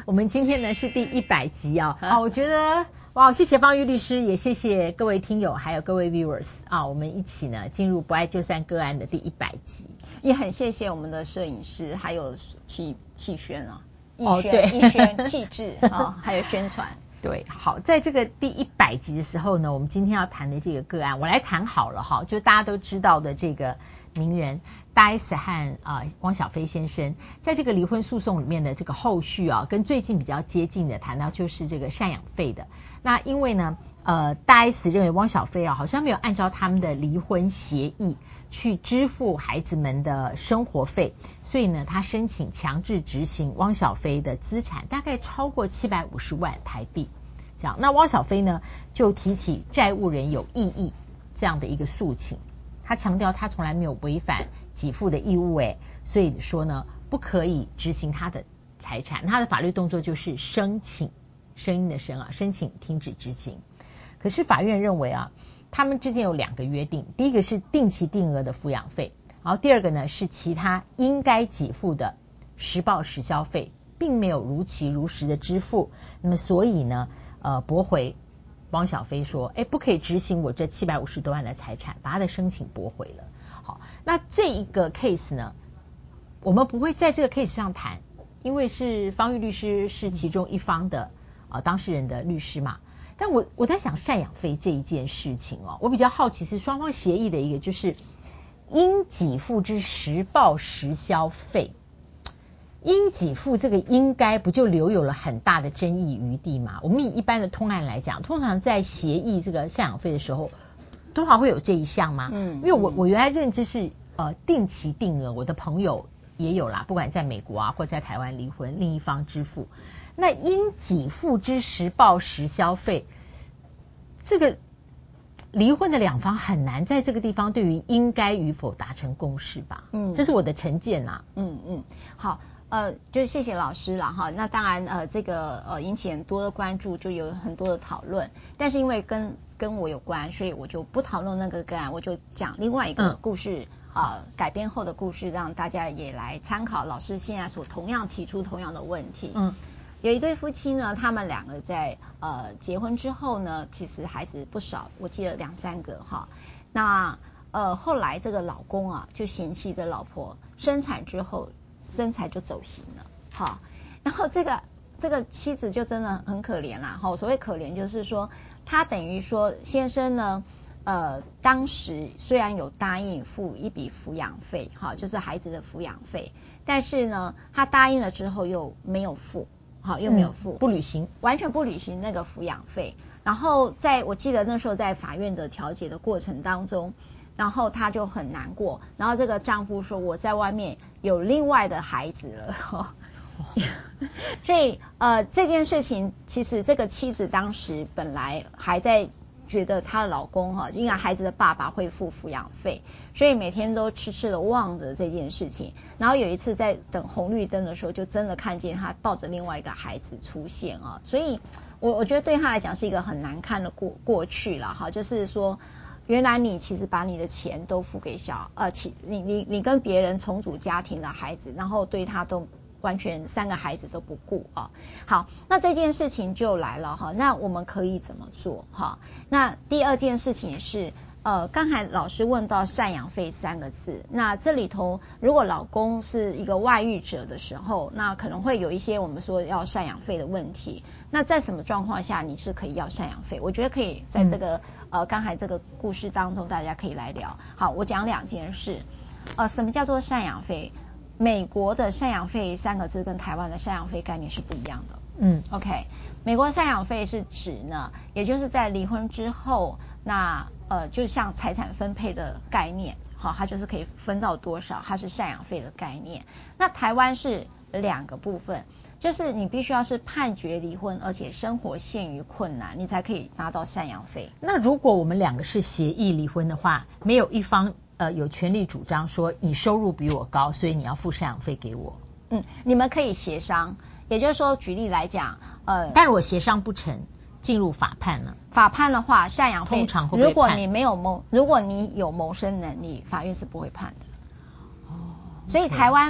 我们今天呢是第100集啊，我觉得哇，谢谢方玉律师，也谢谢各位听友，还有各位 viewers 啊，我们一起呢进入不爱就散个案的第100集， 也很谢谢我们的摄影师，还有气宣啊， 艺宣气质啊，还有宣传。 对，好，在这个第100集的时候呢，我们今天要谈的这个个案，我来谈好了哈，就大家都知道的这个名人大 S 和汪小菲先生，在这个离婚诉讼里面的这个后续啊，跟最近比较接近的谈到就是这个赡养费的。那因为呢，大 S 认为汪小菲啊好像没有按照他们的离婚协议去支付孩子们的生活费，所以呢，他申请强制执行汪小菲的资产大概超过750万台币。这样，那汪小菲呢就提起债务人有异议这样的一个诉请，他强调他从来没有违反给付的义务，所以说呢不可以执行他的财产，他的法律动作就是申请，声音的声啊，申请停止执行。可是法院认为啊，他们之间有2个约定，第一个是定期定额的抚养费，然后第二个呢是其他应该给付的实报实销费，并没有如期如实的支付，那么所以呢驳回汪小菲说，不可以执行我这750多万的财产，把他的申请驳回了。好，那这一个 case 呢，我们不会在这个 case 上谈，因为是方玉律师是其中一方的当事人的律师嘛。但我在想赡养费这一件事情我比较好奇是双方协议的一个就是应给付之实报实销费。应给付这个应该不就留有了很大的争议余地吗？我们以一般的通案来讲，通常在协议这个赡养费的时候，通常会有这一项吗？因为我原来认知是定期定额，我的朋友也有啦，不管在美国或在台湾离婚，另一方支付。那应给付之实报实销费，这个离婚的2方很难在这个地方对于应该与否达成共识吧？这是我的成见啊。 好。就谢谢老师了哈。那当然这个引起很多的关注，就有很多的讨论。但是因为跟我有关，所以我就不讨论那个个案，我就讲另外一个故事改编后的故事，让大家也来参考老师现在所同样提出同样的问题。有一对夫妻呢，他们2个在结婚之后呢，其实孩子不少，我记得2-3个哈。那后来这个老公啊就嫌弃这老婆生产之后身材就走形了，好，然后这个妻子就真的很可怜啦，哈，所谓可怜就是说，他等于说先生呢，当时虽然有答应付一笔抚养费，哈，就是孩子的抚养费，但是呢，他答应了之后又没有付，好，又没有付， 不履行， 完全不履行那个抚养费，然后我记得那时候在法院的调解的过程当中。然后她就很难过，然后这个丈夫说我在外面有另外的孩子了，所以这件事情其实这个妻子当时本来还在觉得她的老公应该孩子的爸爸会付抚养费，所以每天都痴痴的望着这件事情。然后有一次在等红绿灯的时候，就真的看见他抱着另外一个孩子出现啊，所以我觉得对他来讲是一个很难看的过去了哈，就是说。原来你其实把你的钱都付给你跟别人重组家庭的孩子，然后对他都完全3个孩子都不顾啊。好，那这件事情就来了哈，那我们可以怎么做哈？那第2件事情是刚才老师问到赡养费3个字，那这里头如果老公是一个外遇者的时候，那可能会有一些我们说要赡养费的问题。那在什么状况下你是可以要赡养费？我觉得可以在这个刚才这个故事当中大家可以来聊。好，我讲2件事。什么叫做赡养费？美国的赡养费3个字跟台湾的赡养费概念是不一样的。OK， 美国赡养费是指呢，也就是在离婚之后，那就像财产分配的概念，好，它就是可以分到多少，它是赡养费的概念。那台湾是2个部分，就是你必须要是判决离婚，而且生活陷于困难，你才可以拿到赡养费。 那如果我们2个是协议离婚的话，没有一方有权利主张说你收入比我高，所以你要付赡养费给我。 你们可以协商，也就是说举例来讲， 但如果协商不成，进入法判呢？ 法判的话，赡养费通常会不会判？ 如果你有谋生能力，法院是不会判的。所以台湾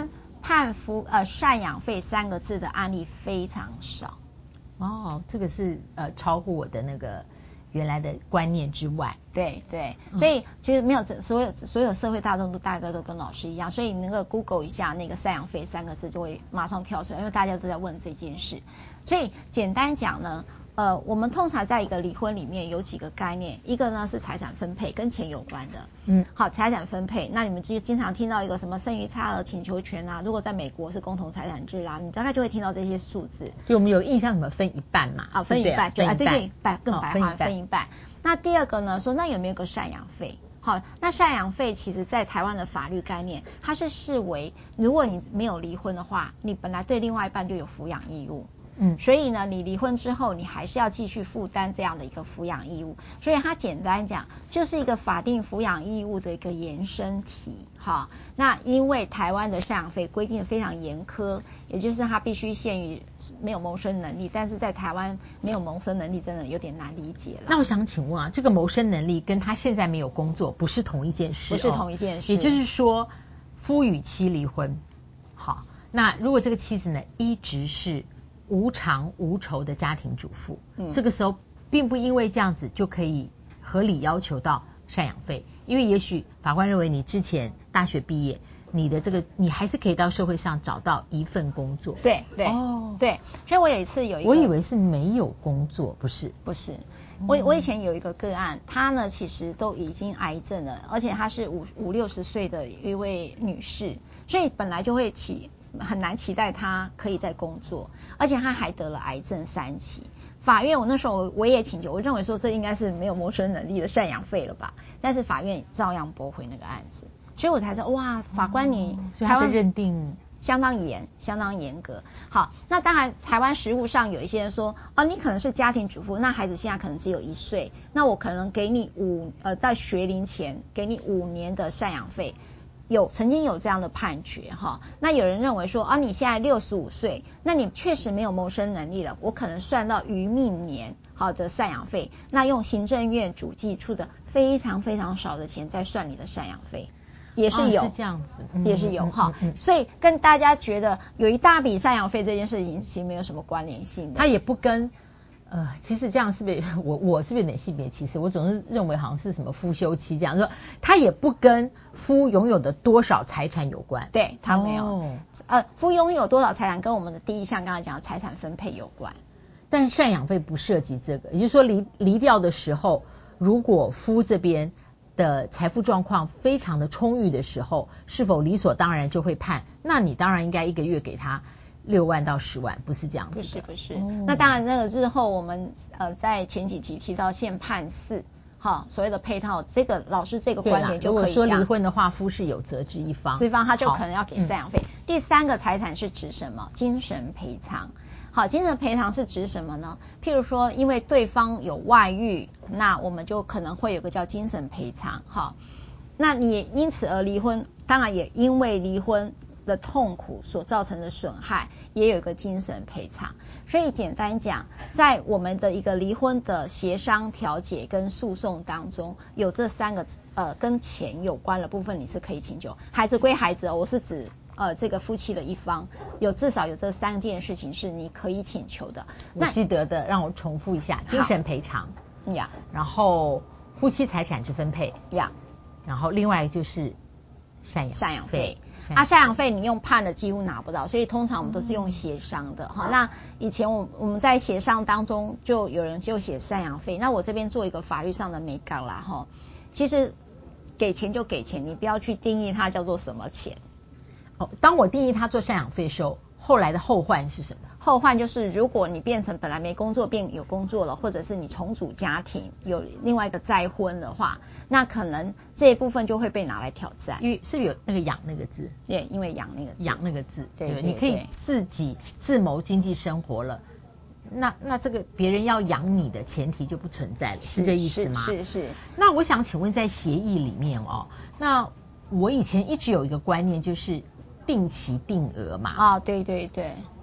判赡养费3个字的案例非常少。 哦，这个是超乎我的那个原来的观念之外。 对对，所以其实没有所有社会大众大概都跟老师一样，所以你那个 Google 一下那个赡养费3个字就会马上跳出来，因为大家都在问这件事。所以简单讲呢，我们通常在一个离婚里面有几个概念，一个呢是财产分配，跟钱有关的。好，财产分配，那你们就经常听到一个什么剩余差额请求权啊，如果在美国是共同财产制啦，你大概就会听到这些数字。 就我们有印象什么分一半嘛？ 啊，分一半，对，更白话， 分一半。那第二个呢，说那有没有个赡养费？好，那赡养费其实在台湾的法律概念，它是视为如果你没有离婚的话，你本来对另外一半就有抚养义务。所以呢，你离婚之后，你还是要继续负担这样的一个抚养义务。所以它简单讲，就是一个法定抚养义务的一个延伸体。哈，那因为台湾的赡养费规定非常严苛，也就是它必须限于没有谋生能力，但是在台湾没有谋生能力真的有点难理解了。 那我想请问啊，这个谋生能力跟他现在没有工作不是同一件事？ 不是同一件事。 也就是说，夫与妻离婚，好，那如果这个妻子呢一直是无偿无酬的家庭主妇，这个时候并不因为这样子就可以合理要求到赡养费，因为也许法官认为你之前大学毕业，你的这个你还是可以到社会上找到一份工作。 对对对，所以我有一次我以为是没有工作，不是。 我以前有一个个案，她呢其实都已经癌症了，而且她是50-60岁的一位女士，所以本来就会很难期待她可以再工作，而且她还得了癌症3期。法院我那时候我也请求，我认为说这应该是没有谋生能力的赡养费了吧，但是法院照样驳回那个案子，所以我才知道哇，法官你台湾认定相当严格。好，那当然台湾实务上有一些人说你可能是家庭主妇，那孩子现在可能只有1岁，那我可能给你在学龄前给你5年的赡养费，曾经有这样的判决哈。那有人认为说你现在65岁，那你确实没有谋生能力了，我可能算到余命年好的赡养费，那用行政院主计处的非常非常少的钱再算你的赡养费。也是有， 是这样子， 也是有哈，所以跟大家觉得有一大笔赡养费这件事情其实没有什么关联性的。 它也不跟其实这样是不是我是不是有点性别歧视？我总是认为好像是什么夫休妻这样说，它也不跟夫拥有的多少财产有关。 对，它没有。夫拥有多少财产跟我们的第一项刚才讲的财产分配有关， 但赡养费不涉及这个，也就是说离掉的时候，如果夫这边的财富状况非常的充裕的时候，是否理所当然就会判？那你当然应该1个月给他6万到10万，不是这样子的。 不是。那当然，那个日后我们在前几集提到限判4，所谓的配套，这个老师这个观点就可以讲。 如果说离婚的话，夫是有责之一方， 他就可能要给赡养费。第3个财产是指什么？精神赔偿。好，精神赔偿是指什么呢？譬如说，因为对方有外遇，那我们就可能会有个叫精神赔偿。好，那你因此而离婚，当然也因为离婚的痛苦所造成的损害，也有一个精神赔偿。所以简单讲，在我们的一个离婚的协商调解跟诉讼当中，有这3个跟钱有关的部分，你是可以请求。孩子归孩子我是指这个夫妻的一方至少有这3件事情是你可以请求的。 我记得的，让我重复一下：精神赔偿呀， 然后夫妻财产之分配呀， 然后另外就是赡养费。 赡养费你用判的几乎拿不到，所以通常我们都是用协商的哈。那以前我们在协商当中就有人就写赡养费，那我这边做一个法律上的美感啦哈。其实给钱就给钱，你不要去定义它叫做什么钱。 当我定义它做赡养费的时候，后来的后患是什么？ 后患就是如果你变成本来没工作变有工作了，或者是你重组家庭有另外一个再婚的话，那可能这一部分就会被拿来挑战。 因为是不是有那个养那个字？ 对，因为养那个字， 对，你可以自己自谋经济生活了，那这个别人要养你的前提就不存在了，是这意思吗？ 是。 那我想请问，在协议里面那我以前一直有一个观念，就是定期定额嘛。 对。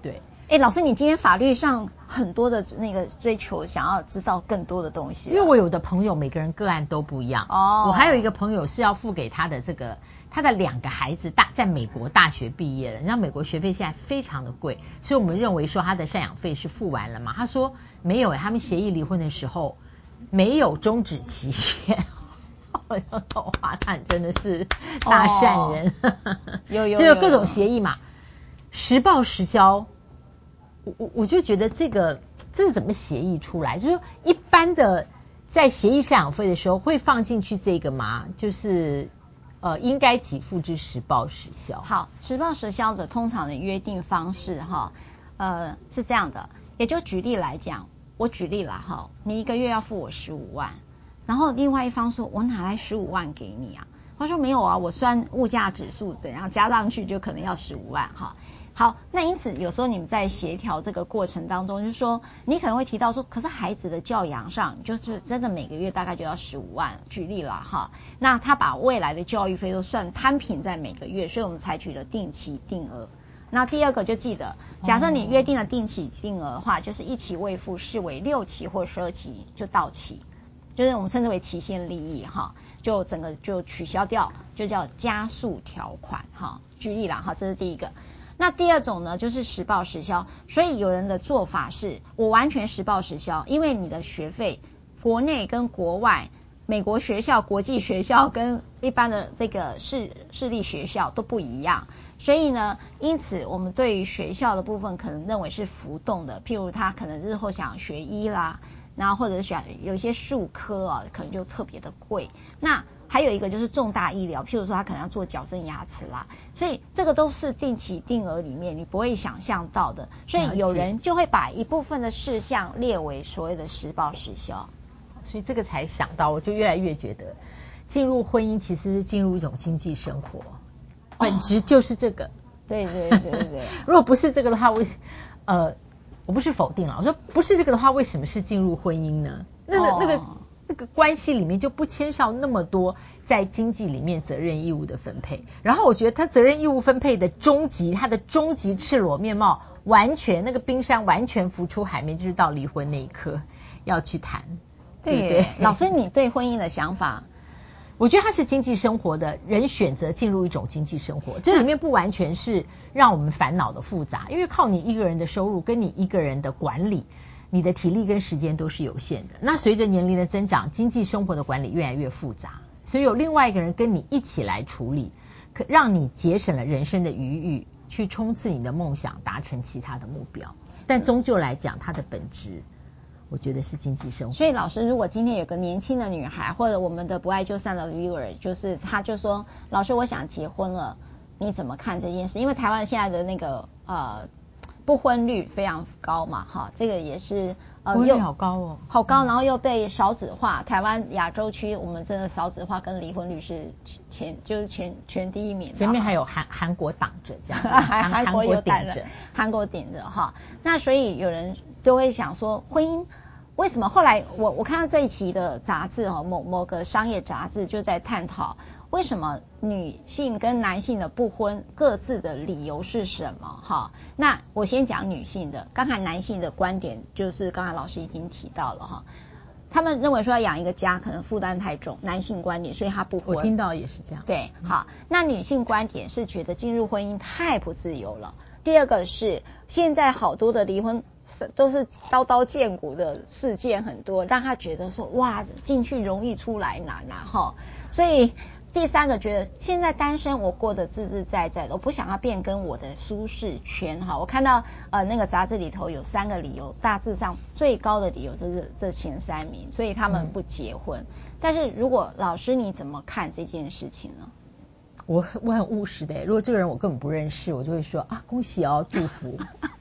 老师，你今天法律上很多的那个追求，想要知道更多的东西。 因为我有的朋友每个人个案都不一样哦。我还有一个朋友是要付给他的他的2个孩子在美国大学毕业了，你知道美国学费现在非常的贵，所以我们认为说他的赡养费是付完了嘛？他说没有他们协议离婚的时候没有终止期限。我就懂华探真的是大善人，有就有各种协议嘛，实报实销。我就觉得这是怎么协议出来？就是一般的在协议赡养费的时候会放进去这个吗？就是应该给付之实报实销。 好，实报实销的通常的约定方式是这样的，也就举例来讲，我举例啦哈，你一个月要付我15万，然后另外一方说我哪来15万给你啊？他说没有啊，我算物价指数怎样加上去就可能要15万哈。好，那因此有时候你们在协调这个过程当中，就是说你可能会提到说，可是孩子的教养上，就是真的每个月大概就要15万，举例啦哈。那他把未来的教育费都算摊平在每个月，所以我们采取了定期定额。那第二个就记得，假设你约定了定期定额的话，就是一期未付视为6期或12期就到期，就是我们称之为期限利益哈，就整个就取消掉，就叫加速条款哈。举例啦哈，这是第一个。那第二种呢，就是实报实销。所以有人的做法是，我完全实报实销，因为你的学费，国内跟国外，美国学校、国际学校跟一般的这个市立学校都不一样，所以呢，因此我们对于学校的部分可能认为是浮动的，譬如他可能日后想学医啦，然后或者是有一些术科可能就特别的贵。那还有一个就是重大医疗，譬如说他可能要做矫正牙齿啦，所以这个都是定期定额里面你不会想象到的，所以有人就会把一部分的事项列为所谓的实报实销。 所以这个才想到，我就越来越觉得进入婚姻其实是进入一种经济生活，本质就是这个。 对。 如果不是这个的话，我不是否定了，我说不是这个的话，为什么是进入婚姻呢？那个关系里面就不牵涉那么多在经济里面责任义务的分配，然后我觉得他责任义务分配的他的终极赤裸面貌，完全那个冰山完全浮出海面，就是到离婚那一刻要去谈，对不对？ 老师，你对婚姻的想法？ 我觉得它是经济生活的人选择进入一种经济生活，这里面不完全是让我们烦恼的复杂，因为靠你一个人的收入跟你一个人的管理，你的体力跟时间都是有限的。那随着年龄的增长，经济生活的管理越来越复杂，所以有另外一个人跟你一起来处理，让你节省了人生的余裕，去冲刺你的梦想，达成其他的目标。但终究来讲，它的本质我觉得是经济生活。 所以老师，如果今天有个年轻的女孩，或者我们的不爱就散的 viewer， 就是他就说，老师我想结婚了，你怎么看这件事？因为台湾现在的那个不婚率非常高嘛，哈，这个也是不婚率好高哦， 好高，然后又被少子化，台湾亚洲区我们真的少子化跟离婚率是全第一名， 前面还有韩国挡着这样， 韩国有顶着，韩国顶着哈。那所以有人就会想说，婚姻为什么？后来我看到这一期的杂志某个商业杂志就在探讨，为什么女性跟男性的不婚各自的理由是什么？哈，那我先讲女性的，刚才男性的观点就是刚才老师已经提到了哈，他们认为说要养一个家可能负担太重，男性观点，所以他不婚。 我听到也是这样。 对，好，那女性观点是觉得进入婚姻太不自由了。第二个是现在好多的离婚都是刀刀见骨的事件很多，让他觉得说哇进去容易出来难啊哈，所以第三个觉得现在单身我过得自自在在的，我不想要变更我的舒适圈哈。我看到那个杂志里头有3个理由，大致上最高的理由就是这前3名，所以他们不结婚。但是如果老师你怎么看这件事情呢？ 我很务实的，如果这个人我根本不认识，我就会说啊恭喜哦，祝福。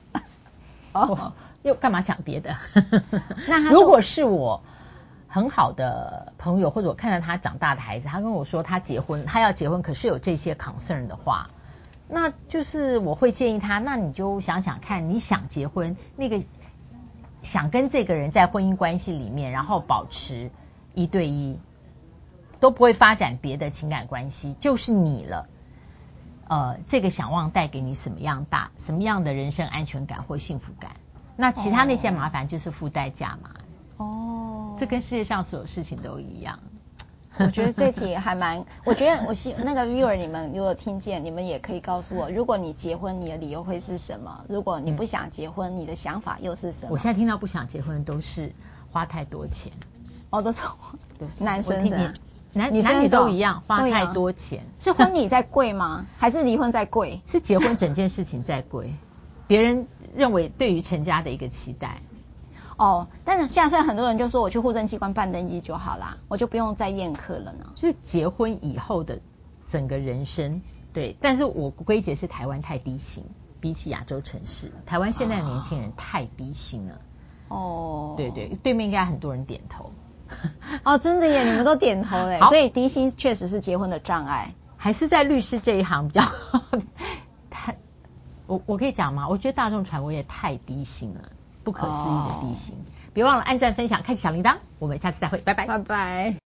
又干嘛讲别的？ 那如果是我很好的朋友，或者我看到他长大的孩子，他跟我说他要结婚，可是有这些 concern 的话，那就是我会建议他，那你就想想看，你想结婚，那个想跟这个人在婚姻关系里面，然后保持1对1，都不会发展别的情感关系，就是你了。 这个想望带给你什么样的人生安全感或幸福感？那其他那些麻烦就是付代价嘛。哦，这跟世界上所有事情都一样。 我觉得这题还蛮，我觉得那个 viewer 你们如果听见，你们也可以告诉我，如果你结婚，你的理由会是什么？如果你不想结婚，你的想法又是什么？ 我现在听到不想结婚都是花太多钱。 哦，都是男生的， 男女都一样，花太多钱。 是婚礼在贵吗？还是离婚在贵？ 是结婚整件事情在贵，别人认为对于成家的一个期待。 哦，但是现在很多人就说我去户政机关办登记就好啦，我就不用再宴客了呢。 就是结婚以后的整个人生，对。但是我归结是台湾太低薪，比起亚洲城市，台湾现在的年轻人太低薪了。哦，对对，对面应该很多人点头。 哦，真的耶，你们都点头嘞。所以低薪确实是结婚的障碍， 还是在律师这一行比较我可以讲吗？我觉得大众传播业太低薪了。不可思议的低薪，别忘了按赞、分享、开启小铃铛，我们下次再会，拜拜， 拜拜。